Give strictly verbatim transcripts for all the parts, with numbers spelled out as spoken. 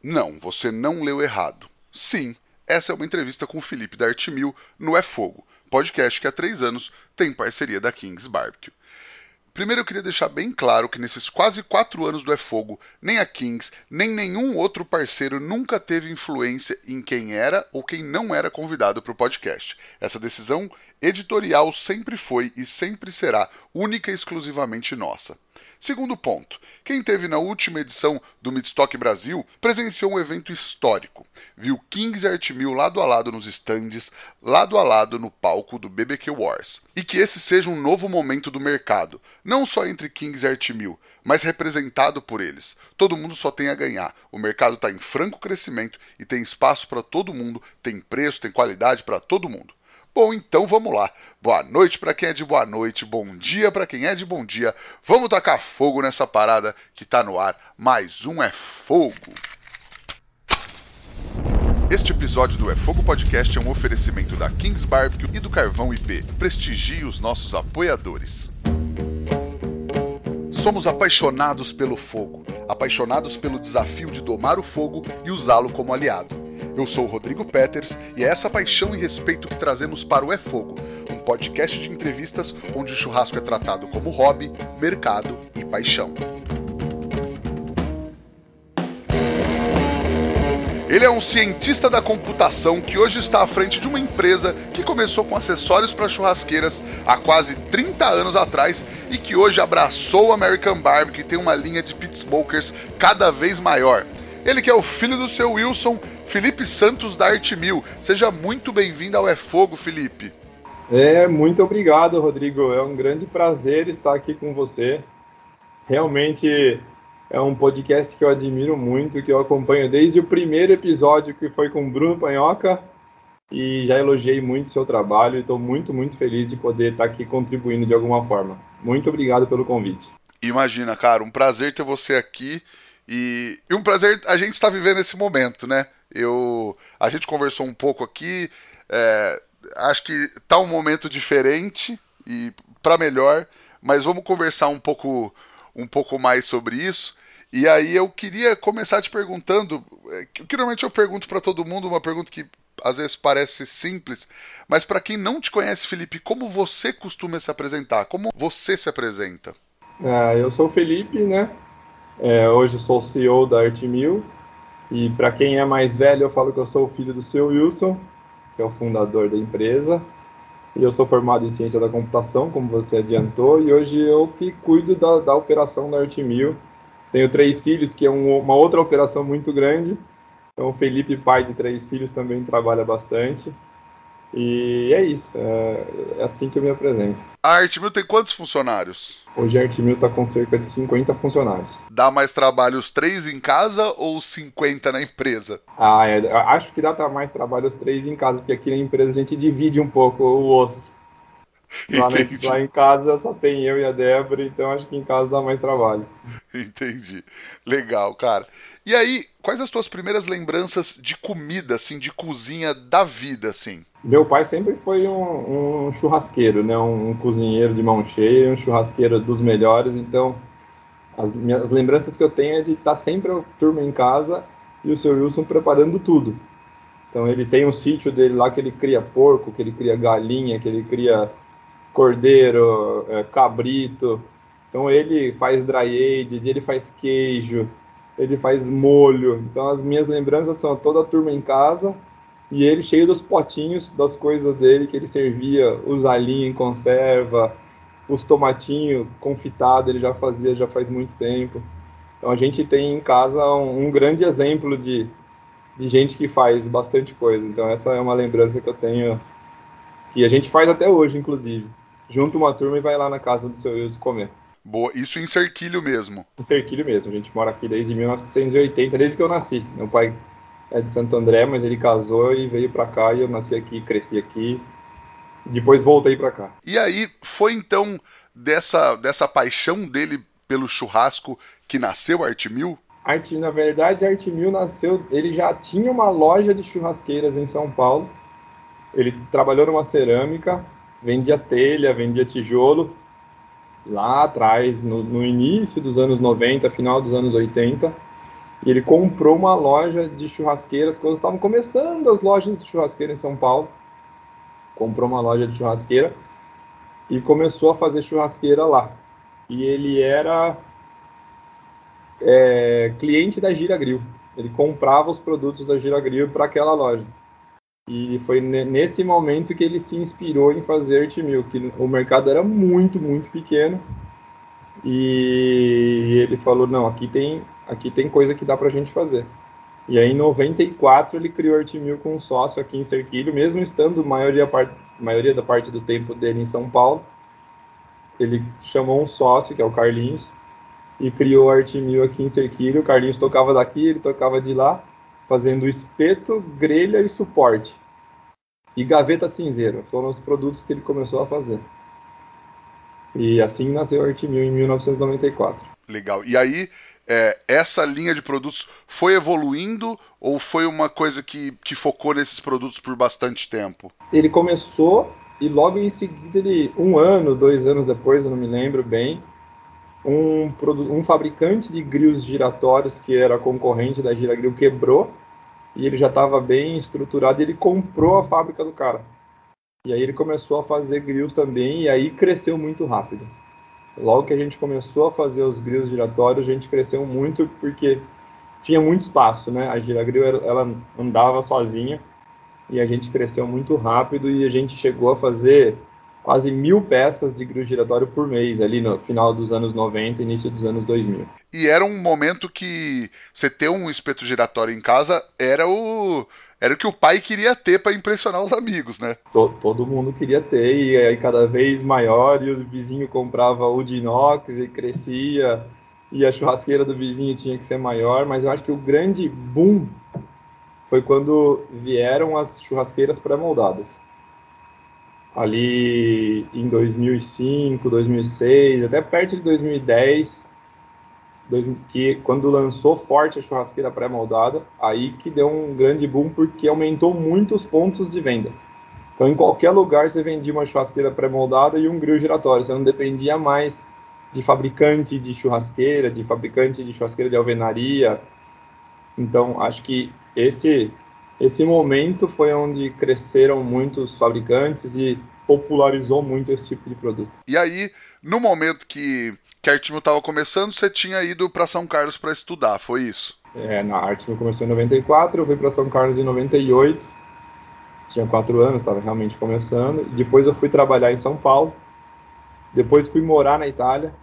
Não, você não leu errado. Sim, essa é uma entrevista com o Felipe da Artmil no É Fogo, podcast que há três anos tem parceria da Kings Barbecue. Primeiro eu queria deixar bem claro que nesses quase quatro anos do É Fogo, nem a Kings, nem nenhum outro parceiro nunca teve influência em quem era ou quem não era convidado para o podcast. Essa decisão editorial sempre foi e sempre será única e exclusivamente nossa. Segundo ponto, quem teve na última edição do Midstock Brasil presenciou um evento histórico. Viu Kings e Artmil lado a lado nos estandes, lado a lado no palco do B B Q Wars. E que esse seja um novo momento do mercado, não só entre Kings e Artmil, mas representado por eles. Todo mundo só tem a ganhar. O mercado está em franco crescimento e tem espaço para todo mundo, tem preço, tem qualidade para todo mundo. Bom, então vamos lá. Boa noite para quem é de boa noite, bom dia para quem é de bom dia. Vamos tacar fogo nessa parada que tá no ar. Mais um É Fogo. Este episódio do É Fogo Podcast é um oferecimento da Kings Barbecue e do Carvão I P. Prestigie os nossos apoiadores. Somos apaixonados pelo fogo, apaixonados pelo desafio de domar o fogo e usá-lo como aliado. Eu sou o Rodrigo Peters e é essa paixão e respeito que trazemos para o É Fogo, um podcast de entrevistas onde o churrasco é tratado como hobby, mercado e paixão. Ele é um cientista da computação que hoje está à frente de uma empresa que começou com acessórios para churrasqueiras há quase trinta anos atrás e que hoje abraçou o American Barbecue e tem uma linha de pit smokers cada vez maior. Ele que é o filho do seu Wilson, Felipe Santos da Artmil. Seja muito bem-vindo ao É Fogo, Felipe. É, muito obrigado, Rodrigo. É um grande prazer estar aqui com você. Realmente é um podcast que eu admiro muito, que eu acompanho desde o primeiro episódio, que foi com o Bruno Panhoca, e já elogiei muito o seu trabalho e estou muito, muito feliz de poder estar aqui contribuindo de alguma forma. Muito obrigado pelo convite. Imagina, cara, um prazer ter você aqui. E, e um prazer a gente estar vivendo esse momento, né? Eu, a gente conversou um pouco aqui, é, acho que tá um momento diferente e para melhor, mas vamos conversar um pouco, um pouco mais sobre isso. E aí eu queria começar te perguntando, que, que normalmente eu pergunto para todo mundo, uma pergunta que às vezes parece simples, mas para quem não te conhece, Felipe, como você costuma se apresentar? Como você se apresenta? Ah, eu sou o Felipe, né? É, hoje sou o C E O da Artmil e para quem é mais velho eu falo que eu sou o filho do seu Wilson, que é o fundador da empresa, e eu sou formado em ciência da computação, como você adiantou, e hoje eu que cuido da, da operação da Artmil. Tenho três filhos, que é um, uma outra operação muito grande, então o Felipe, pai de três filhos, também trabalha bastante. E é isso, é assim que eu me apresento. A Artmil tem quantos funcionários? Hoje a Artmil está com cerca de cinquenta funcionários. Dá mais trabalho os três em casa ou cinquenta na empresa? Ah, é, acho que dá mais trabalho os três em casa, porque aqui na empresa a gente divide um pouco o osso. Lá, na, lá em casa só tem eu e a Débora, então acho que em casa dá mais trabalho. Entendi. Legal, cara. E aí, quais as tuas primeiras lembranças de comida, assim, de cozinha da vida, assim? Meu pai sempre foi um, um churrasqueiro, né? Um, um cozinheiro de mão cheia, um churrasqueiro dos melhores. Então, as minhas lembranças que eu tenho é de estar sempre a turma em casa e o seu Wilson preparando tudo. Então, ele tem um sítio dele lá que ele cria porco, que ele cria galinha, que ele cria cordeiro, é, cabrito. Então, ele faz dry aged, ele faz queijo, ele faz molho. Então, as minhas lembranças são toda a turma em casa e ele cheio dos potinhos das coisas dele que ele servia, os alinhos em conserva, os tomatinhos confitados, ele já fazia já faz muito tempo. Então a gente tem em casa um, um grande exemplo de, de gente que faz bastante coisa. Então essa é uma lembrança que eu tenho, que a gente faz até hoje, inclusive. Junta uma turma e vai lá na casa do seu Wilson comer. Boa, isso em Cerquilho mesmo? Em Cerquilho mesmo, a gente mora aqui desde mil novecentos e oitenta, desde que eu nasci. Meu pai é de Santo André, mas ele casou e veio pra cá, e eu nasci aqui, cresci aqui, depois voltei pra cá. E aí, foi então dessa, dessa paixão dele pelo churrasco que nasceu a Artmil? Art, na verdade, a Artmil nasceu, ele já tinha uma loja de churrasqueiras em São Paulo, ele trabalhou numa cerâmica, vendia telha, vendia tijolo, lá atrás, no, no início dos anos noventa, final dos anos oitenta, E ele comprou uma loja de churrasqueiras, quando estavam começando as lojas de churrasqueira em São Paulo. Comprou uma loja de churrasqueira e começou a fazer churrasqueira lá. E ele era é, cliente da Gira Grill. Ele comprava os produtos da Gira Grill para aquela loja. E foi nesse momento que ele se inspirou em fazer Artimil, que o mercado era muito, muito pequeno. E ele falou, não, aqui tem, aqui tem coisa que dá pra gente fazer. E aí em noventa e quatro ele criou a Artimil com um sócio aqui em Serquilho, mesmo estando a maioria, maioria da parte do tempo dele em São Paulo. Ele chamou um sócio, que é o Carlinhos, e criou a Artimil aqui em Serquilho. O Carlinhos tocava daqui, ele tocava de lá, fazendo espeto, grelha e suporte. E gaveta cinzeira, foram os produtos que ele começou a fazer. E assim nasceu a Artimil em mil novecentos e noventa e quatro. Legal. E aí, é, essa linha de produtos foi evoluindo ou foi uma coisa que, que focou nesses produtos por bastante tempo? Ele começou e logo em seguida, ele, um ano, dois anos depois, eu não me lembro bem, um, um fabricante de grills giratórios que era concorrente da Gira Grill quebrou e ele já estava bem estruturado e ele comprou a fábrica do cara. E aí ele começou a fazer grills também e aí cresceu muito rápido. Logo que a gente começou a fazer os grills giratórios, a gente cresceu muito porque tinha muito espaço, né? A Gira Grill, ela andava sozinha e a gente cresceu muito rápido e a gente chegou a fazer quase mil peças de grill giratório por mês, ali no final dos anos noventa, início dos anos dois mil. E era um momento que você ter um espeto giratório em casa era o, era o que o pai queria ter para impressionar os amigos, né? Todo, todo mundo queria ter, e aí cada vez maior, e os vizinhos compravam o de inox e crescia, e a churrasqueira do vizinho tinha que ser maior, mas eu acho que o grande boom foi quando vieram as churrasqueiras pré-moldadas. Ali em dois mil e cinco, dois mil e seis, até perto de dois mil e dez, que quando lançou forte a churrasqueira pré-moldada, aí que deu um grande boom porque aumentou muito os pontos de venda. Então em qualquer lugar você vendia uma churrasqueira pré-moldada e um grill giratório, você não dependia mais de fabricante de churrasqueira, de fabricante de churrasqueira de alvenaria. Então acho que esse Esse momento foi onde cresceram muitos fabricantes e popularizou muito esse tipo de produto. E aí, no momento que, que a Artimil estava começando, você tinha ido para São Carlos para estudar, foi isso? É, na Artimil começou em noventa e quatro, eu fui para São Carlos em noventa e oito, tinha quatro anos, estava realmente começando. Depois eu fui trabalhar em São Paulo, depois fui morar na Itália.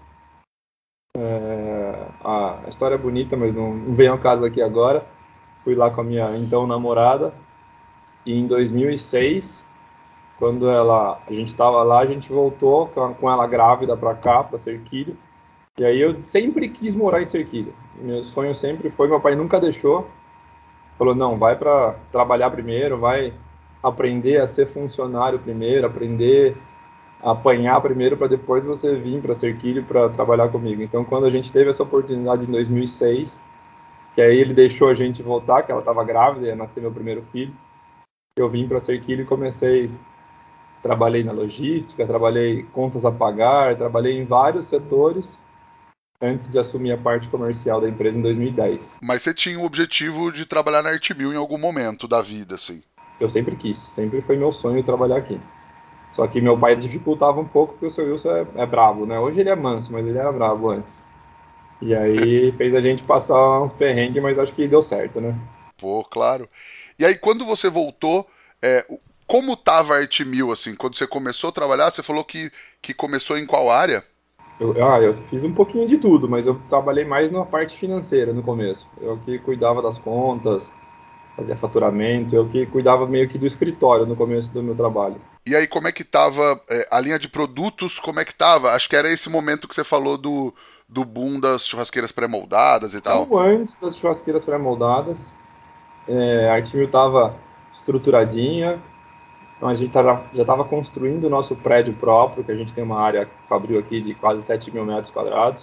É, a história é bonita, mas não, não vem ao caso aqui agora. Fui lá com a minha então namorada e em dois mil e seis, quando ela, a gente estava lá, a gente voltou com ela grávida para cá, para Serquilho. E aí eu sempre quis morar em Serquilho. Meu sonho sempre foi, meu pai nunca deixou. Falou, não, vai para trabalhar primeiro, vai aprender a ser funcionário primeiro, aprender a apanhar primeiro para depois você vir para Serquilho para trabalhar comigo. Então quando a gente teve essa oportunidade em dois mil e seis, que aí ele deixou a gente voltar, que ela estava grávida, ia nascer meu primeiro filho. Eu vim para Serquilho e comecei, trabalhei na logística, trabalhei contas a pagar, trabalhei em vários setores antes de assumir a parte comercial da empresa em dois mil e dez. Mas você tinha o objetivo de trabalhar na Artimil em algum momento da vida, assim? Eu sempre quis, sempre foi meu sonho trabalhar aqui. Só que meu pai dificultava um pouco porque o seu Wilson é, é bravo, né? Hoje ele é manso, mas ele era bravo antes. E aí fez a gente passar uns perrengues, mas acho que deu certo, né? Pô, claro. E aí quando você voltou, é, como tava a Artimil, assim? Quando você começou a trabalhar, você falou que, que começou em qual área? Eu, ah, eu fiz um pouquinho de tudo, mas eu trabalhei mais na parte financeira no começo. Eu que cuidava das contas, fazia faturamento, eu que cuidava meio que do escritório no começo do meu trabalho. E aí como é que tava é, a linha de produtos, como é que tava? Acho que era esse momento que você falou do, do boom das churrasqueiras pré-moldadas e tal. Então, antes das churrasqueiras pré-moldadas, é, a Artimil estava estruturadinha, então a gente tava, já estava construindo o nosso prédio próprio, que a gente tem uma área fabril aqui de quase sete mil metros quadrados,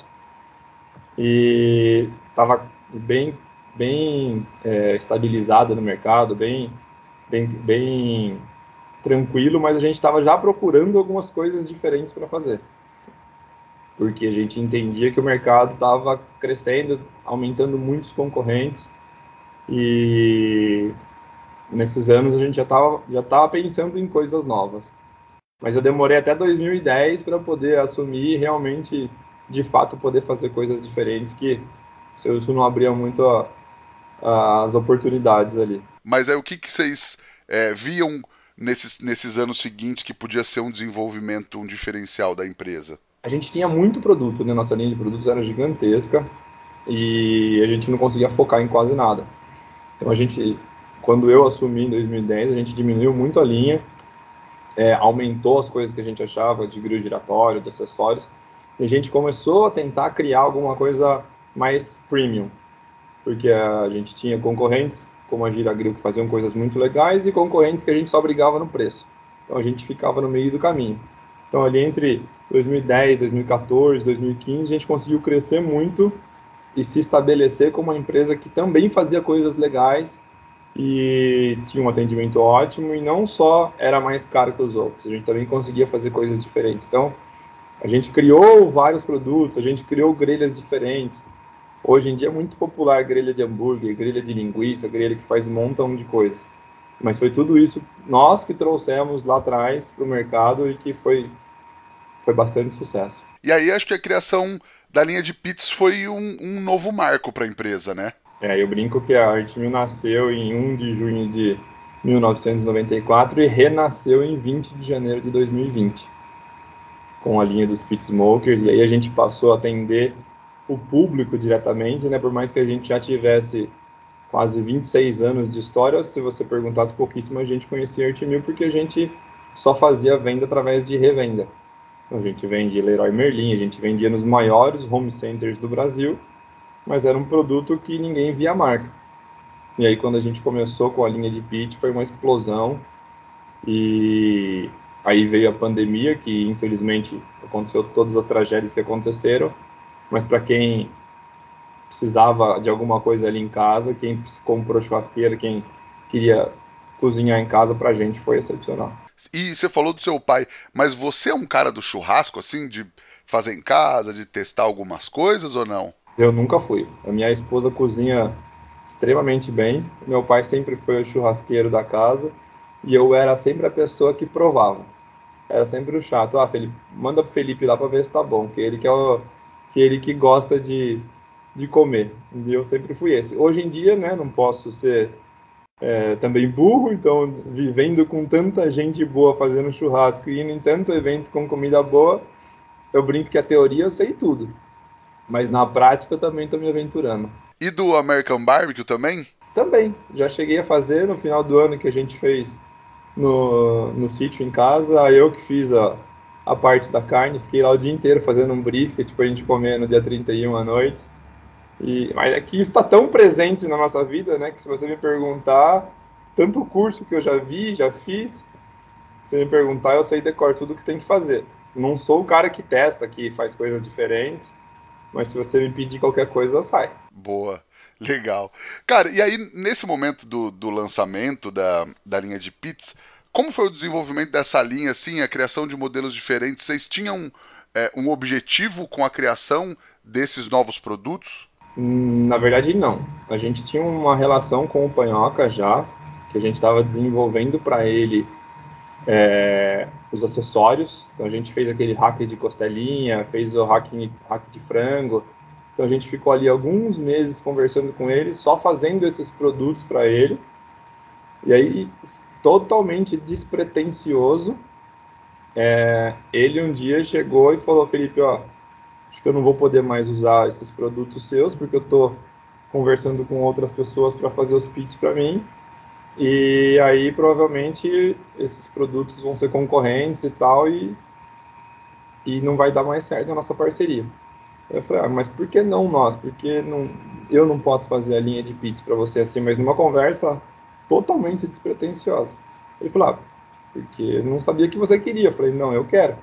e estava bem, bem é, estabilizada no mercado, bem, bem, bem tranquilo, mas a gente estava já procurando algumas coisas diferentes para fazer. porque a gente entendia que o mercado estava crescendo, aumentando muitos concorrentes, e nesses anos a gente já estava já tava pensando em coisas novas. Mas eu demorei até dois mil e dez para poder assumir e realmente, de fato, poder fazer coisas diferentes, que isso não abria muito a, a, as oportunidades ali. Mas aí o que, que vocês é, viam nesses, nesses anos seguintes que podia ser um desenvolvimento, um diferencial da empresa? A gente tinha muito produto, né? Nossa linha de produtos era gigantesca e a gente não conseguia focar em quase nada. Então a gente, quando eu assumi em dois mil e dez, a gente diminuiu muito a linha, é, aumentou as coisas que a gente achava de grilo giratório, de acessórios, e a gente começou a tentar criar alguma coisa mais premium, porque a gente tinha concorrentes como a Giragril que faziam coisas muito legais e concorrentes que a gente só brigava no preço. Então a gente ficava no meio do caminho. Então ali entre dois mil e dez, dois mil e quatorze, dois mil e quinze, a gente conseguiu crescer muito e se estabelecer como uma empresa que também fazia coisas legais e tinha um atendimento ótimo e não só era mais caro que os outros, a gente também conseguia fazer coisas diferentes. Então a gente criou vários produtos, a gente criou grelhas diferentes. Hoje em dia é muito popular grelha de hambúrguer, grelha de linguiça, grelha que faz um montão de coisas. Mas foi tudo isso nós que trouxemos lá atrás para o mercado e que foi, foi bastante sucesso. E aí acho que a criação da linha de pits foi um, um novo marco para a empresa, né? É, eu brinco que a Artmil nasceu em primeiro de junho de mil novecentos e noventa e quatro e renasceu em vinte de janeiro de dois mil e vinte, com a linha dos pit smokers, e aí a gente passou a atender o público diretamente, né? Por mais que a gente já tivesse quase vinte e seis anos de história, se você perguntasse, pouquíssima gente conhecia a Artmil, porque a gente só fazia venda através de revenda. Então, a gente vende Leroy Merlin, a gente vendia nos maiores home centers do Brasil, mas era um produto que ninguém via a marca. E aí quando a gente começou com a linha de pit, foi uma explosão, e aí veio a pandemia, que infelizmente aconteceu todas as tragédias que aconteceram, mas para quem precisava de alguma coisa ali em casa, quem comprou churrasqueira, quem queria cozinhar em casa, pra gente foi excepcional. E você falou do seu pai, mas você é um cara do churrasco, assim, de fazer em casa, de testar algumas coisas ou não? Eu nunca fui. A minha esposa cozinha extremamente bem, meu pai sempre foi o churrasqueiro da casa, e eu era sempre a pessoa que provava. Era sempre o chato. Ah, Felipe, manda pro Felipe lá pra ver se tá bom, que ele que é o, que ele que gosta de, de comer. E eu sempre fui esse. Hoje em dia, né, não posso ser é, também burro, então vivendo com tanta gente boa fazendo churrasco e indo em tanto evento com comida boa, eu brinco que a teoria eu sei tudo, mas na prática eu também estou me aventurando. E do American Barbecue também? Também, já cheguei a fazer no final do ano que a gente fez no, no sítio em casa, eu que fiz a, a parte da carne, fiquei lá o dia inteiro fazendo um brisket para a gente comer no dia trinta e um à noite. E, mas é que isso está tão presente na nossa vida, né, que se você me perguntar, tanto curso que eu já vi, já fiz, se você me perguntar, eu sei decor tudo que tem que fazer. Não sou o cara que testa, que faz coisas diferentes, mas se você me pedir qualquer coisa, sai. Boa, legal. Cara, e aí nesse momento do, do lançamento da, da linha de pits, como foi o desenvolvimento dessa linha, assim, a criação de modelos diferentes? Vocês tinham é, um objetivo com a criação desses novos produtos? Na verdade, não. A gente tinha uma relação com o Panhoca já, que a gente estava desenvolvendo para ele é, os acessórios. Então a gente fez aquele hack de costelinha, fez o hack, hack de frango. Então a gente ficou ali alguns meses conversando com ele, só fazendo esses produtos para ele. E aí, totalmente despretensioso, é, ele um dia chegou e falou: Felipe, ó, acho que eu não vou poder mais usar esses produtos seus, porque eu estou conversando com outras pessoas para fazer os pits para mim, e aí provavelmente esses produtos vão ser concorrentes e tal, e, e não vai dar mais certo a nossa parceria. Eu falei: ah, mas por que não nós? Porque não, eu não posso fazer a linha de pits para você assim, mas numa conversa totalmente despretensiosa. Ele falou: ah, porque eu não sabia que você queria. Eu falei: não, eu quero.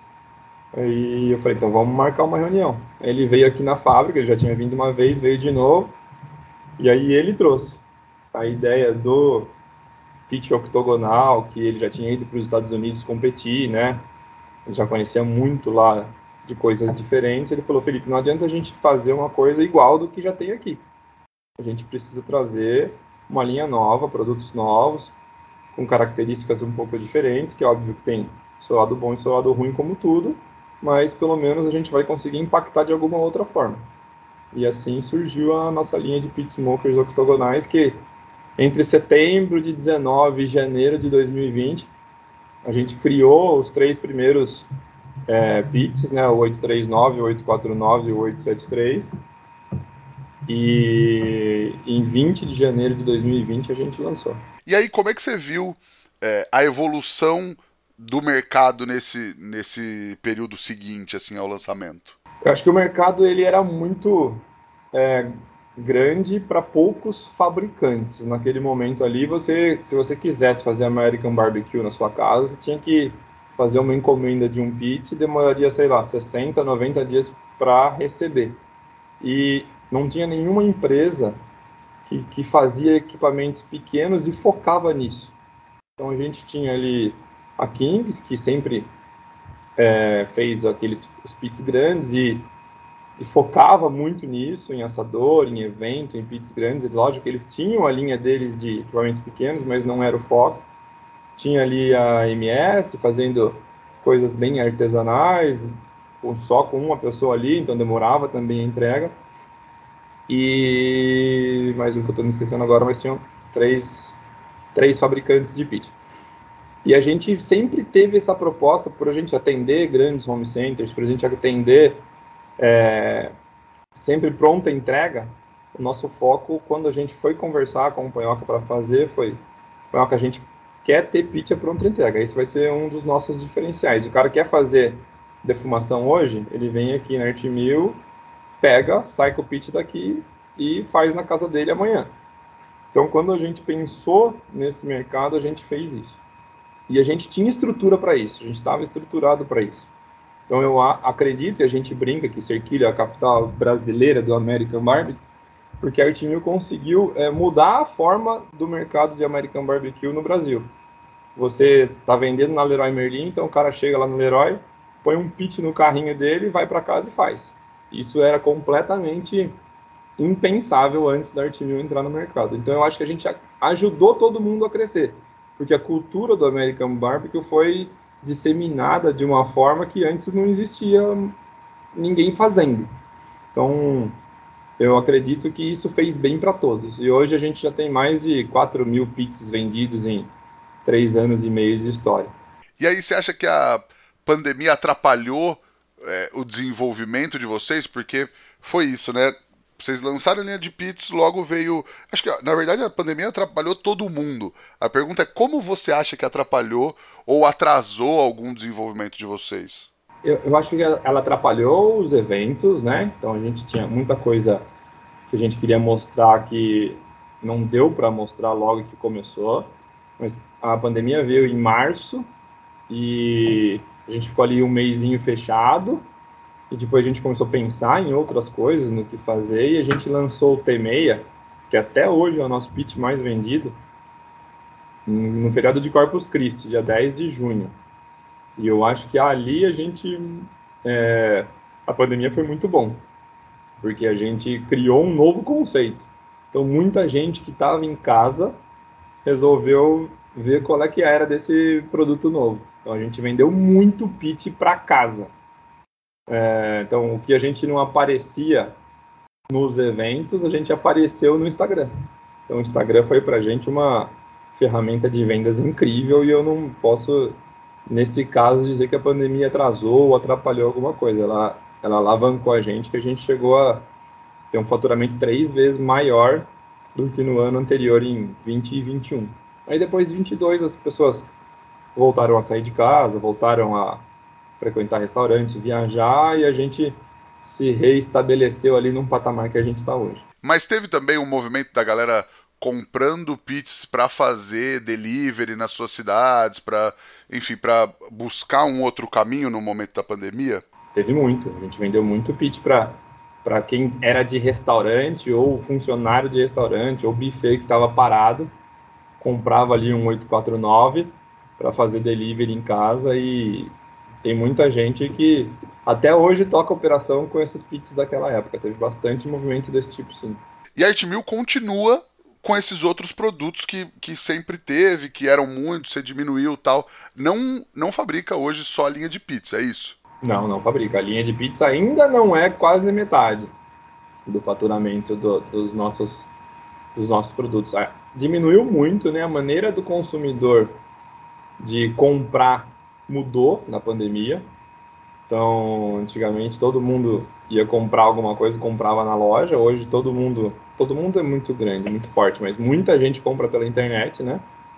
Aí eu falei: então vamos marcar uma reunião. Aí ele veio aqui na fábrica, ele já tinha vindo uma vez, veio de novo, e aí ele trouxe a ideia do pit octogonal, que ele já tinha ido para os Estados Unidos competir, né? Ele já conhecia muito lá de coisas diferentes. Ele falou, Felipe, não adianta a gente fazer uma coisa igual do que já tem aqui. A gente precisa trazer uma linha nova, produtos novos, com características um pouco diferentes, que é óbvio que tem seu lado bom e seu lado ruim como tudo, mas pelo menos a gente vai conseguir impactar de alguma outra forma. E assim surgiu a nossa linha de pit smokers octogonais, que entre setembro de dezenove e janeiro de dois mil e vinte, a gente criou os três primeiros é, pits, né, o oito três nove, o oito quatro nove e o oito sete três. E em vinte de janeiro de dois mil e vinte a gente lançou. E aí, como é que você viu é, a evolução do mercado nesse, nesse período seguinte, assim, ao lançamento? Eu acho que o mercado ele era muito é, grande para poucos fabricantes. Naquele momento ali, você, se você quisesse fazer American Barbecue na sua casa, você tinha que fazer uma encomenda de um pit, demoraria, sei lá, sessenta, noventa dias para receber. E não tinha nenhuma empresa que, que fazia equipamentos pequenos e focava nisso. Então a gente tinha ali a Kings, que sempre é, fez aqueles os pits grandes e, e focava muito nisso, em assador, em evento, em pits grandes. E lógico que eles tinham a linha deles de equipamentos pequenos, mas não era o foco. Tinha ali a M S fazendo coisas bem artesanais, só com uma pessoa ali, então demorava também a entrega. E mais um que eu estou me esquecendo agora, mas tinham três, três fabricantes de pit. E a gente sempre teve essa proposta por a gente atender grandes home centers, por a gente atender é, sempre pronta entrega. O nosso foco, quando a gente foi conversar com o Panhoca para fazer, foi: Panhoca, a gente quer ter pit a pronta entrega. Esse vai ser um dos nossos diferenciais. O cara quer fazer defumação hoje, ele vem aqui na Artmil, pega, sai com o pit daqui e faz na casa dele amanhã. Então, quando a gente pensou nesse mercado, a gente fez isso. E a gente tinha estrutura para isso, a gente estava estruturado para isso. Então, eu acredito, e a gente brinca que Cerquilho é a capital brasileira do American Barbecue, porque a Artmil conseguiu é, mudar a forma do mercado de American Barbecue no Brasil. Você está vendendo na Leroy Merlin, então o cara chega lá no Leroy, põe um pit no carrinho dele, vai para casa e faz. Isso era completamente impensável antes da Artmil entrar no mercado. Então eu acho que a gente ajudou todo mundo a crescer, porque a cultura do American Barbecue foi disseminada de uma forma que antes não existia ninguém fazendo. Então eu acredito que isso fez bem para todos. E hoje a gente já tem mais de quatro mil pits vendidos em três anos e meio de história. E aí, você acha que a pandemia atrapalhou é, o desenvolvimento de vocês? Porque foi isso, né? Vocês lançaram a linha de pits, logo veio... Acho que, na verdade, a pandemia atrapalhou todo mundo. A pergunta é: como você acha que atrapalhou ou atrasou algum desenvolvimento de vocês? Eu, eu acho que ela atrapalhou os eventos, né? Então a gente tinha muita coisa que a gente queria mostrar que não deu para mostrar logo que começou. Mas a pandemia veio em março e a gente ficou ali um mesinho fechado. E depois a gente começou a pensar em outras coisas, no que fazer, e a gente lançou o T seis, que até hoje é o nosso pit mais vendido, no feriado de Corpus Christi, dia dez de junho. E eu acho que ali a gente... É, a pandemia foi muito bom, porque a gente criou um novo conceito. Então muita gente que estava em casa resolveu ver qual é que era desse produto novo. Então a gente vendeu muito pit para casa. É, então, o que a gente não aparecia nos eventos, a gente apareceu no Instagram. Então, o Instagram foi para a gente uma ferramenta de vendas incrível e eu não posso, nesse caso, dizer que a pandemia atrasou ou atrapalhou alguma coisa. Ela, ela alavancou a gente, que a gente chegou a ter um faturamento três vezes maior do que no ano anterior, em vinte e vinte e um. Aí, depois de vinte e dois, as pessoas voltaram a sair de casa, voltaram a frequentar restaurantes, viajar, e a gente se reestabeleceu ali num patamar que a gente está hoje. Mas teve também um movimento da galera comprando pits para fazer delivery nas suas cidades, para, enfim, para buscar um outro caminho no momento da pandemia? Teve muito. A gente vendeu muito pit para para quem era de restaurante ou funcionário de restaurante ou buffet que estava parado, comprava ali um oito quatro nove para fazer delivery em casa e tem muita gente que até hoje toca operação com esses pits daquela época. Teve bastante movimento desse tipo, sim. E a Artmil continua com esses outros produtos que, que sempre teve, que eram muitos, você diminuiu e tal. Não, não fabrica hoje só a linha de pizza, é isso? Não, não fabrica. A linha de pizza ainda não é quase metade do faturamento do, dos, nossos, dos nossos produtos. Ah, diminuiu muito, né? A maneira do consumidor de comprar mudou na pandemia. Então, antigamente todo mundo ia comprar alguma coisa, comprava na loja. Hoje todo mundo, todo mundo é muito grande, muito forte, mas muita gente compra pela internet, né?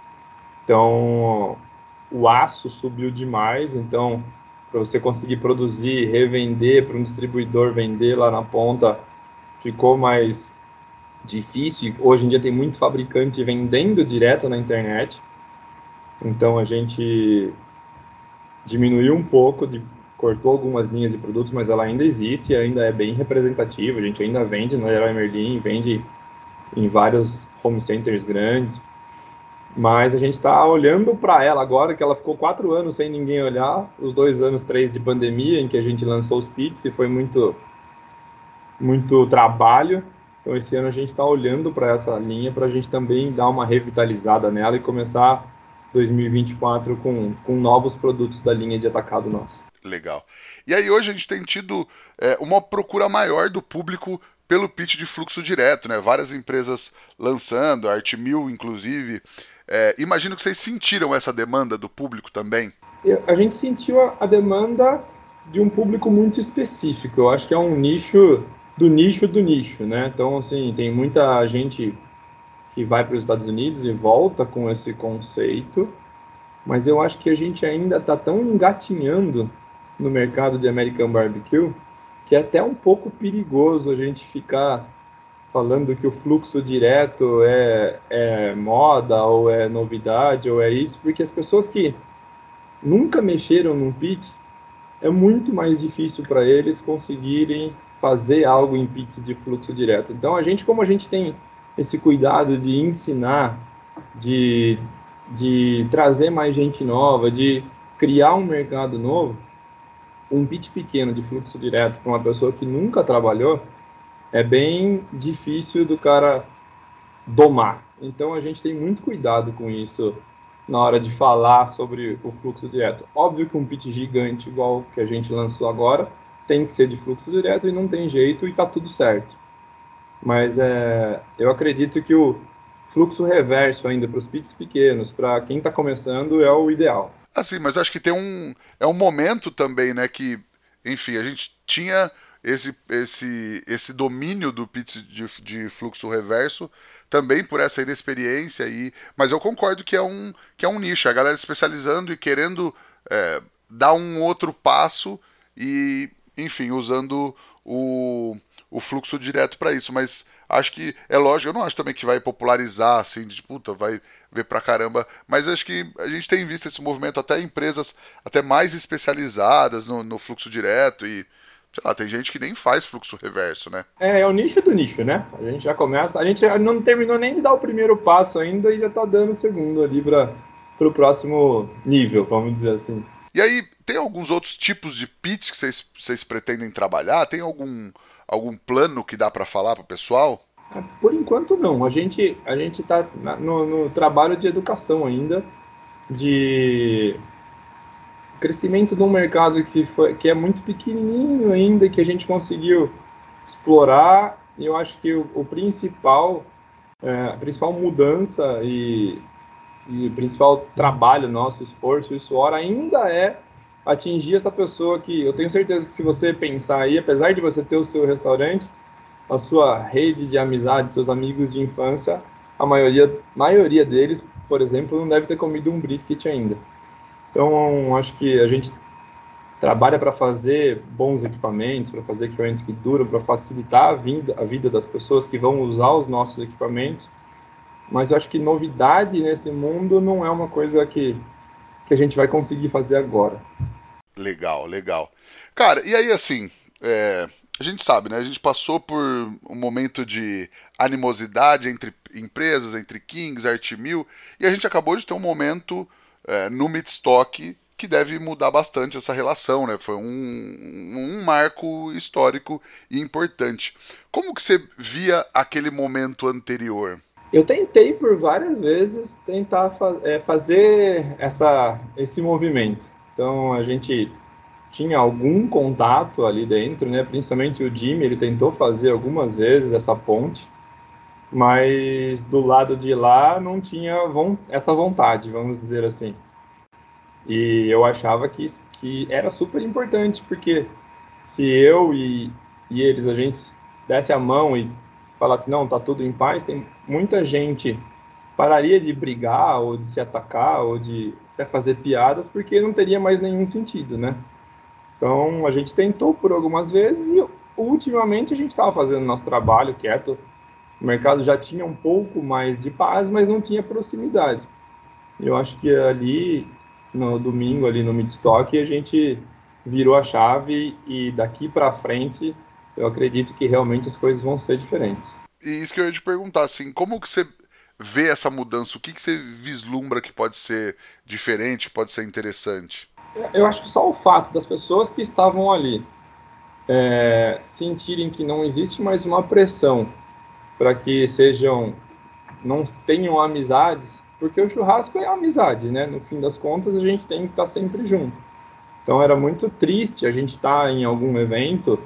Então, o aço subiu demais, então para você conseguir produzir, revender para um distribuidor vender lá na ponta, ficou mais difícil. Hoje em dia tem muito fabricante vendendo direto na internet. Então a gente diminuiu um pouco, de, cortou algumas linhas de produtos, mas ela ainda existe, ainda é bem representativa. A gente ainda vende no Leroy Merlin, vende em vários home centers grandes. Mas a gente está olhando para ela agora, que ela ficou quatro anos sem ninguém olhar, os dois anos, três de pandemia, em que a gente lançou os pits e foi muito, muito trabalho. Então esse ano a gente está olhando para essa linha para a gente também dar uma revitalizada nela e começar dois mil e vinte e quatro com, com novos produtos da linha de atacado nosso. Legal. E aí hoje a gente tem tido é, uma procura maior do público pelo pitch de fluxo direto, né? Várias empresas lançando, a Artmil inclusive. É, imagino que vocês sentiram essa demanda do público também. A gente sentiu a, a demanda de um público muito específico. Eu acho que é um nicho do nicho do nicho, né? Então, assim, tem muita gente que vai para os Estados Unidos e volta com esse conceito, mas eu acho que a gente ainda está tão engatinhando no mercado de American Barbecue que é até um pouco perigoso a gente ficar falando que o fluxo direto é, é moda, ou é novidade, ou é isso, porque as pessoas que nunca mexeram num pit, é muito mais difícil para eles conseguirem fazer algo em pits de fluxo direto. Então, a gente, como a gente tem esse cuidado de ensinar, de, de trazer mais gente nova, de criar um mercado novo, um pit pequeno de fluxo direto para uma pessoa que nunca trabalhou, é bem difícil do cara domar. Então a gente tem muito cuidado com isso na hora de falar sobre o fluxo direto. Óbvio que um pit gigante igual que a gente lançou agora tem que ser de fluxo direto e não tem jeito e tá tudo certo. Mas é, eu acredito que o fluxo reverso ainda para os pits pequenos, para quem está começando, é o ideal. Assim, mas acho que tem um é um momento também, né, que, enfim, a gente tinha esse esse esse domínio do pit de, de fluxo reverso também por essa inexperiência aí, mas eu concordo que é um que é um nicho, a galera especializando e querendo é, dar um outro passo e, enfim, usando o o fluxo direto para isso, mas acho que é lógico, eu não acho também que vai popularizar assim, de puta, vai ver pra caramba, mas acho que a gente tem visto esse movimento até empresas até mais especializadas no, no fluxo direto e, sei lá, tem gente que nem faz fluxo reverso, né? É, é o nicho do nicho, né? A gente já começa, a gente não terminou nem de dar o primeiro passo ainda e já tá dando o segundo ali para o próximo nível, vamos dizer assim. E aí, tem alguns outros tipos de pits que vocês, vocês pretendem trabalhar? Tem algum, algum plano que dá para falar pro pessoal? Por enquanto não. A gente a gente está no, no trabalho de educação ainda, de crescimento de um mercado que foi que é muito pequenininho ainda, que a gente conseguiu explorar. E eu acho que o, o principal é, a principal mudança e, e o principal trabalho nosso, esforço e suor ainda é atingir essa pessoa que eu tenho certeza que se você pensar aí, apesar de você ter o seu restaurante, a sua rede de amizade, seus amigos de infância, a maioria, maioria deles, por exemplo, não deve ter comido um brisket ainda. Então, acho que a gente trabalha para fazer bons equipamentos, para fazer equipamentos que duram, para facilitar a vida, a vida das pessoas que vão usar os nossos equipamentos. Mas eu acho que novidade nesse mundo não é uma coisa que, que a gente vai conseguir fazer agora. Legal, legal. Cara, e aí assim, é, a gente sabe, né? A gente passou por um momento de animosidade entre empresas, entre Kings, Artmil, e a gente acabou de ter um momento é, no Midstock que deve mudar bastante essa relação, né? Foi um, um marco histórico e importante. Como que você via aquele momento anterior? Eu tentei por várias vezes tentar fa- é, fazer essa, esse movimento. Então a gente tinha algum contato ali dentro, né? Principalmente o Jimmy, ele tentou fazer algumas vezes essa ponte, mas do lado de lá não tinha von- essa vontade, vamos dizer assim. E eu achava que, que era super importante, porque se eu e, e eles, a gente desse a mão e falasse, não, tá tudo em paz, tem muita gente pararia de brigar, ou de se atacar, ou de até fazer piadas, porque não teria mais nenhum sentido, né? Então, a gente tentou por algumas vezes e ultimamente a gente estava fazendo nosso trabalho quieto. O mercado já tinha um pouco mais de paz, mas não tinha proximidade. Eu acho que ali, no domingo, ali no Midstock, a gente virou a chave e daqui para frente eu acredito que realmente as coisas vão ser diferentes. E isso que eu ia te perguntar, assim, como que você vê essa mudança? O que que você vislumbra que pode ser diferente, que pode ser interessante? Eu acho que só o fato das pessoas que estavam ali é, sentirem que não existe mais uma pressão para que sejam, não tenham amizades, porque o churrasco é amizade, né? No fim das contas, a gente tem que estar sempre junto. Então era muito triste a gente estar em algum evento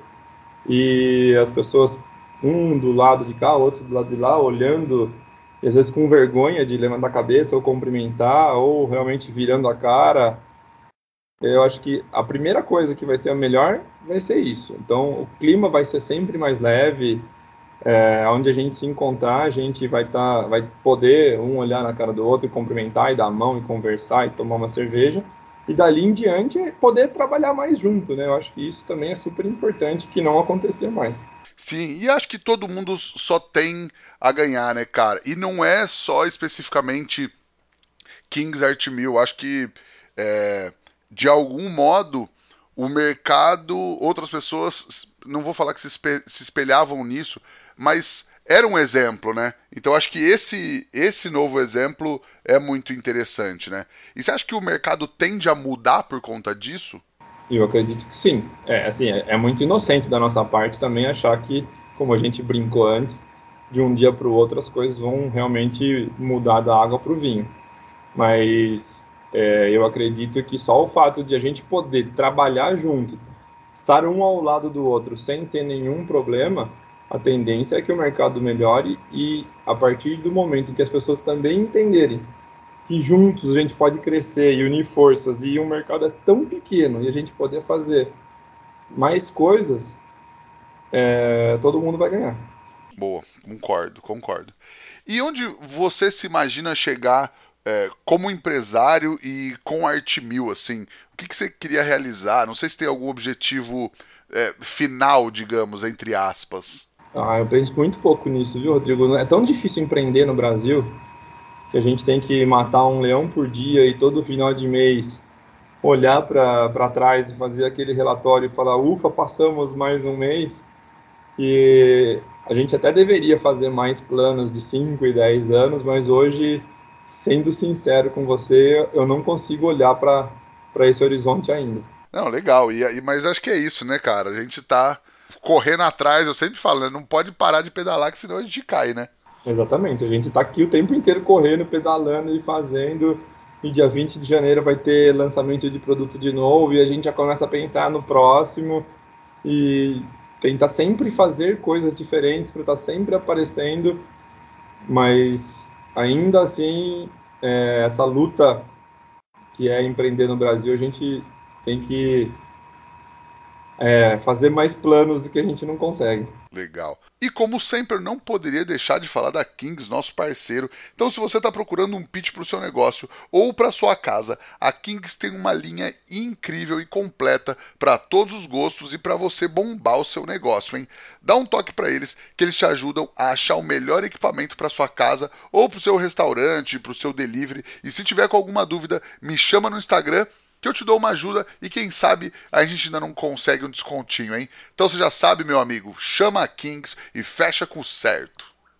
e as pessoas, um do lado de cá, outro do lado de lá, olhando, e às vezes com vergonha de levantar a cabeça ou cumprimentar, ou realmente virando a cara. Eu acho que a primeira coisa que vai ser a melhor vai ser isso. Então, o clima vai ser sempre mais leve, é, onde a gente se encontrar, a gente vai tá, vai poder um olhar na cara do outro e cumprimentar e dar a mão e conversar e tomar uma cerveja. E dali em diante, poder trabalhar mais junto, né? Eu acho que isso também é super importante, que não acontecia mais. Sim, e acho que todo mundo só tem a ganhar, né, cara? E não é só especificamente Kings Art Mill. Acho que, é, de algum modo, o mercado, outras pessoas, não vou falar que se, espe- se espelhavam nisso, mas era um exemplo, né? Então acho que esse, esse novo exemplo é muito interessante, né? E você acha que o mercado tende a mudar por conta disso? Eu acredito que sim. É, assim, é, é muito inocente da nossa parte também achar que, como a gente brincou antes, de um dia para o outro as coisas vão realmente mudar da água para o vinho. Mas é, eu acredito que só o fato de a gente poder trabalhar junto, estar um ao lado do outro sem ter nenhum problema, a tendência é que o mercado melhore e a partir do momento em que as pessoas também entenderem que juntos a gente pode crescer e unir forças e o mercado é tão pequeno e a gente poder fazer mais coisas, é, todo mundo vai ganhar. Boa, concordo, concordo. E onde você se imagina chegar é, como empresário e com a Art Mill, assim? O que, que você queria realizar? Não sei se tem algum objetivo é, final, digamos, entre aspas. Ah, eu penso muito pouco nisso, viu, Rodrigo? É tão difícil empreender no Brasil que a gente tem que matar um leão por dia e todo final de mês olhar para trás e fazer aquele relatório e falar, ufa, passamos mais um mês. E a gente até deveria fazer mais planos de cinco e dez anos, mas hoje, sendo sincero com você, eu não consigo olhar para esse horizonte ainda. Não, legal. E, e- mas acho que é isso, né, cara? A gente tá correndo atrás, eu sempre falo, né? Não pode parar de pedalar, que senão a gente cai, né? Exatamente, a gente está aqui o tempo inteiro correndo, pedalando e fazendo. E dia vinte de janeiro vai ter lançamento de produto de novo, e a gente já começa a pensar no próximo e tentar sempre fazer coisas diferentes para estar sempre aparecendo, mas ainda assim, é, essa luta que é empreender no Brasil, a gente tem que é, fazer mais planos do que a gente não consegue. Legal. E como sempre, eu não poderia deixar de falar da Kings, nosso parceiro. Então, se você está procurando um pitch para o seu negócio ou para sua casa, a Kings tem uma linha incrível e completa para todos os gostos e para você bombar o seu negócio, hein? Dá um toque para eles que eles te ajudam a achar o melhor equipamento para sua casa ou para o seu restaurante, para o seu delivery. E se tiver com alguma dúvida, me chama no Instagram que eu te dou uma ajuda e quem sabe a gente ainda não consegue um descontinho, hein? Então você já sabe, meu amigo, chama a Kings e fecha com certo.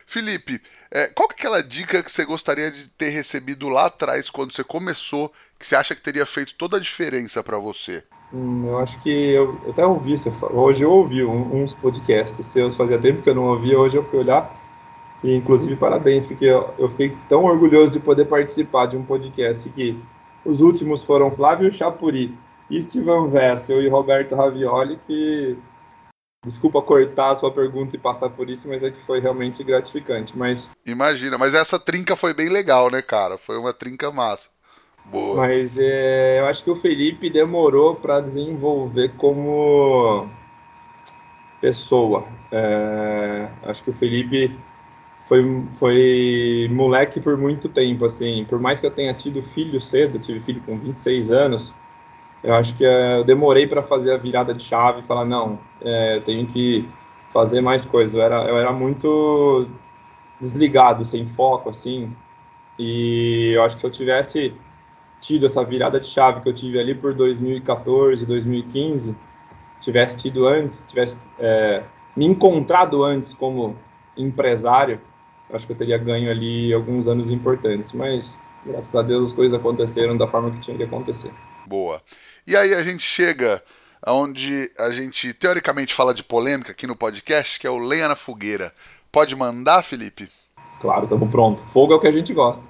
Felipe, é, qual que é aquela dica que você gostaria de ter recebido lá atrás, quando você começou, que você acha que teria feito toda a diferença para você? Hum, eu acho que eu, eu até ouvi, você fa- hoje eu ouvi um- uns podcasts seus, fazia tempo que eu não ouvia, hoje eu fui olhar, e inclusive parabéns, porque eu, eu fiquei tão orgulhoso de poder participar de um podcast que os últimos foram Flávio Chapuri, Istvan Vessel e Roberto Ravioli, que, desculpa cortar a sua pergunta e passar por isso, mas é que foi realmente gratificante, mas Imagina, mas essa trinca foi bem legal, né, cara? Foi uma trinca massa. Boa. Mas é, eu acho que o Felipe demorou para desenvolver como pessoa. É, acho que o Felipe foi, foi moleque por muito tempo, assim. Por mais que eu tenha tido filho cedo, eu tive filho com vinte e seis anos, eu acho que é, eu demorei para fazer a virada de chave e falar, não, é, eu tenho que fazer mais coisas. Eu era, eu era muito desligado, sem foco, assim. E eu acho que se eu tivesse tido essa virada de chave que eu tive ali por dois mil e quatorze, dois mil e quinze, tivesse tido antes, tivesse é, me encontrado antes como empresário, acho que eu teria ganho ali alguns anos importantes. Mas, graças a Deus, as coisas aconteceram da forma que tinha que acontecer. Boa. E aí a gente chega aonde a gente teoricamente fala de polêmica aqui no podcast, que é o Lenha na Fogueira. Pode mandar, Felipe? Claro, estamos pronto. Fogo é o que a gente gosta.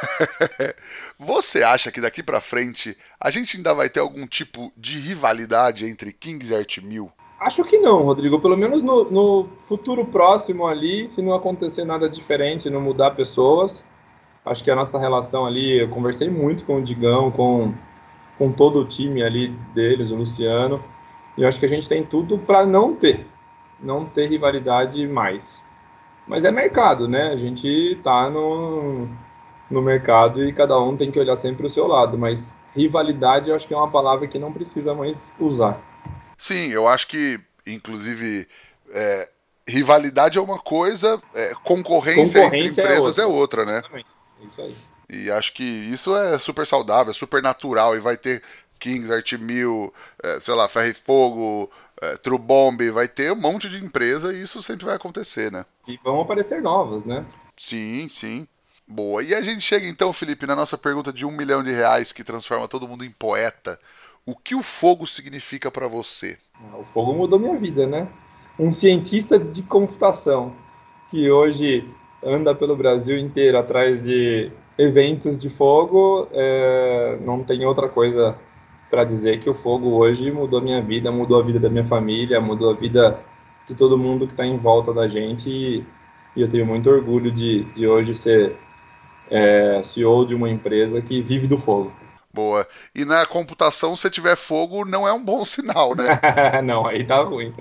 Você acha que daqui pra frente a gente ainda vai ter algum tipo de rivalidade entre Kings e Art Mill? Acho que não, Rodrigo. Pelo menos no, no futuro próximo ali, se não acontecer nada diferente, não mudar pessoas, acho que a nossa relação ali, eu conversei muito com o Digão, com, com todo o time ali deles, o Luciano, e eu acho que a gente tem tudo para não ter, não ter rivalidade mais. Mas é mercado, né? A gente está no, no mercado e cada um tem que olhar sempre o seu lado, mas rivalidade eu acho que é uma palavra que não precisa mais usar. Sim, eu acho que, inclusive, é, rivalidade é uma coisa, é, concorrência entre Concorrência é empresas é outra. outra, né? Exatamente. É isso aí. E acho que isso é super saudável, é super natural. E vai ter Kings, Art Mill, é, sei lá, Ferro e Fogo, é, True Bomb, vai ter um monte de empresa e isso sempre vai acontecer, né? E vão aparecer novas, né? Sim, sim. Boa. E a gente chega então, Felipe, na nossa pergunta de um milhão de reais que transforma todo mundo em poeta. O que o fogo significa pra você? O fogo mudou minha vida, né? Um cientista de computação que hoje anda pelo Brasil inteiro atrás de eventos de fogo, é, não tem outra coisa para dizer que o fogo hoje mudou minha vida, mudou a vida da minha família, mudou a vida de todo mundo que está em volta da gente e, e eu tenho muito orgulho de, de hoje ser é, C E O de uma empresa que vive do fogo. Boa. E na computação, se tiver fogo, não é um bom sinal, né? Não, aí tá ruim.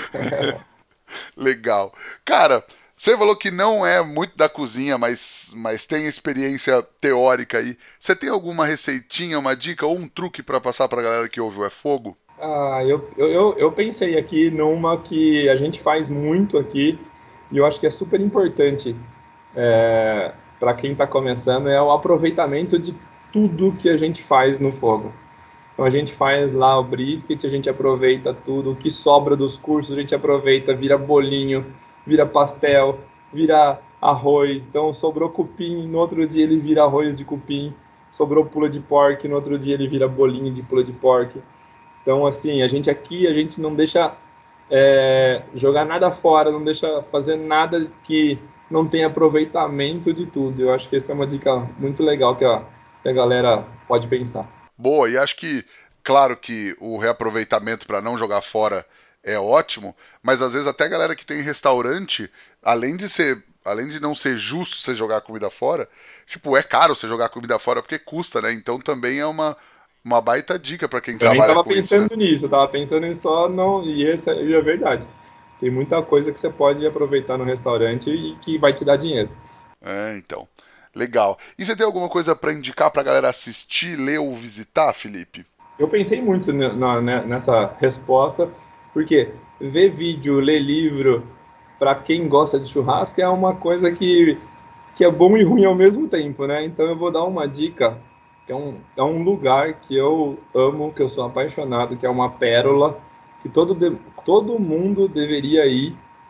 Legal. Cara, você falou que não é muito da cozinha, mas, mas tem experiência teórica aí. Você tem alguma receitinha, uma dica ou um truque pra passar pra galera que ouve o É Fogo? Ah, eu, eu, eu eu pensei aqui numa que a gente faz muito aqui e eu acho que é super importante é, para quem está começando, é o aproveitamento de tudo que a gente faz no fogo. Então a gente faz lá o brisket, a gente aproveita tudo, o que sobra dos cursos a gente aproveita, vira bolinho, vira pastel, vira arroz. Então sobrou cupim, no outro dia ele vira arroz de cupim, sobrou pula de porco, no outro dia ele vira bolinho de pula de porco. Então assim, a gente aqui, a gente não deixa é, jogar nada fora, não deixa fazer nada que não tenha aproveitamento de tudo. Eu acho que essa é uma dica muito legal que a, que a galera pode pensar. Boa, e acho que, claro que o reaproveitamento pra não jogar fora é ótimo, mas às vezes até a galera que tem restaurante, além de ser, além de não ser justo você jogar comida fora, tipo, é caro você jogar comida fora porque custa, né? Então também é uma, uma baita dica pra quem Também trabalha estava com isso, né? pensando nisso, eu estava pensando em só não, e essa e é verdade. Tem muita coisa que você pode aproveitar no restaurante e que vai te dar dinheiro. É, então. Legal. E você tem alguma coisa pra indicar pra galera assistir, ler ou visitar, Felipe? Eu pensei muito ne- na- né, nessa resposta, porque ver vídeo, ler livro, para quem gosta de churrasco, é uma coisa que, que é bom e ruim ao mesmo tempo, né? Então eu vou dar uma dica, que é um, é um lugar que eu amo, que eu sou apaixonado, que é uma pérola, que todo, de- todo mundo deveria ir,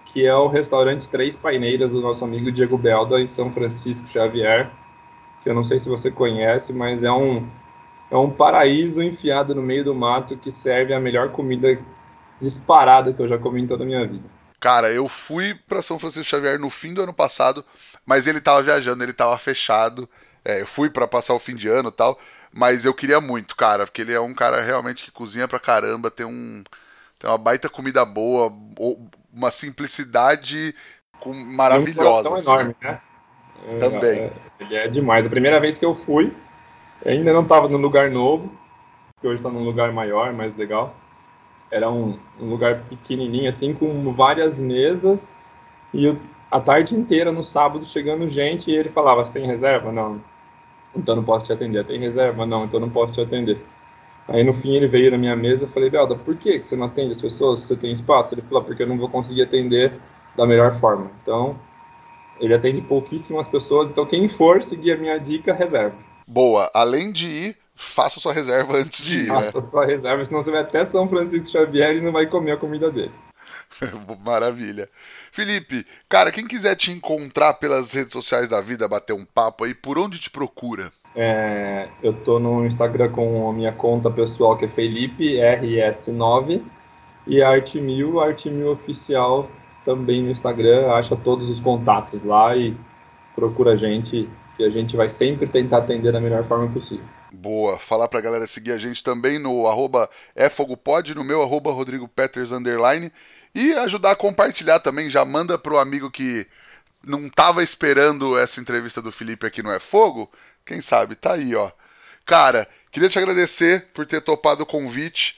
que é o restaurante Três Paineiras do nosso amigo Diego Belda, em São Francisco Xavier, que eu não sei se você conhece, mas é um, é um paraíso enfiado no meio do mato que serve a melhor comida disparada que eu já comi em toda a minha vida. Cara, eu fui pra São Francisco Xavier no fim do ano passado, mas ele tava viajando, ele tava fechado. É, eu fui pra passar o fim de ano e tal, mas eu queria muito, cara, porque ele é um cara realmente que cozinha pra caramba, tem um tem uma baita comida boa, uma simplicidade com, maravilhosa. Um coração assim, enorme, né? né? Também. É, ele é demais. A primeira vez que eu fui, eu ainda não estava num lugar novo, que hoje está num lugar maior, mais legal. Era um, um lugar pequenininho, assim, com várias mesas, e eu, a tarde inteira, no sábado, chegando gente, e ele falava, você tem reserva? Não. Então não posso te atender. Tem reserva? Não. Então não posso te atender. Aí no fim ele veio na minha mesa e falei, Belda, por que você não atende as pessoas? Você tem espaço? Ele falou, porque eu não vou conseguir atender da melhor forma. Então, ele atende pouquíssimas pessoas, então quem for seguir a minha dica, reserva. Boa. Além de ir, faça sua reserva antes de ir, Faça né? sua reserva, senão você vai até São Francisco Xavier e não vai comer a comida dele. Maravilha. Felipe, cara, quem quiser te encontrar pelas redes sociais da vida, bater um papo aí, por onde te procura? É, eu tô no Instagram com a minha conta pessoal, que é Felipe R S nove, e a Artmil, a Artmil Oficial, também no Instagram, acha todos os contatos lá e procura a gente, que a gente vai sempre tentar atender da melhor forma possível. Boa. Falar pra galera seguir a gente também no arroba efogopod, no meu arroba Rodrigo Peters underline, e ajudar a compartilhar também. Já manda pro amigo que não tava esperando essa entrevista do Felipe aqui no É Fogo. Quem sabe? Tá aí, ó. Cara, queria te agradecer por ter topado o convite.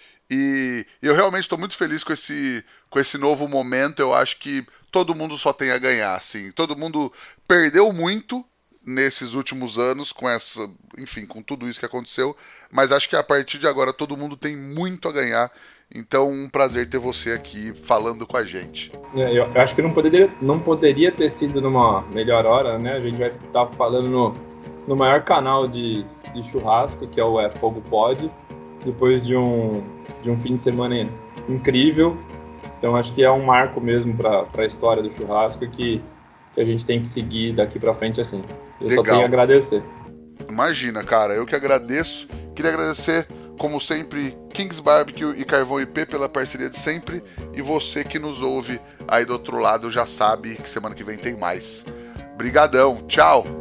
E eu realmente estou muito feliz com esse, com esse novo momento. Eu acho que todo mundo só tem a ganhar, assim. Todo mundo perdeu muito nesses últimos anos com essa, enfim, com tudo isso que aconteceu, mas acho que a partir de agora todo mundo tem muito a ganhar. Então, um prazer ter você aqui falando com a gente. É, eu acho que não poderia, não poderia ter sido numa melhor hora, né? A gente vai estar falando no, no maior canal de, de churrasco, que é o É Fogo Pod, depois de um, de um fim de semana incrível. Então, acho que é um marco mesmo para a história do churrasco que, que a gente tem que seguir daqui para frente assim. Eu Legal. só tenho a agradecer. Imagina, cara, eu que agradeço. Queria agradecer, como sempre, Kings Barbecue e Carvão I P pela parceria de sempre. E você que nos ouve aí do outro lado já sabe que semana que vem tem mais. Brigadão, tchau!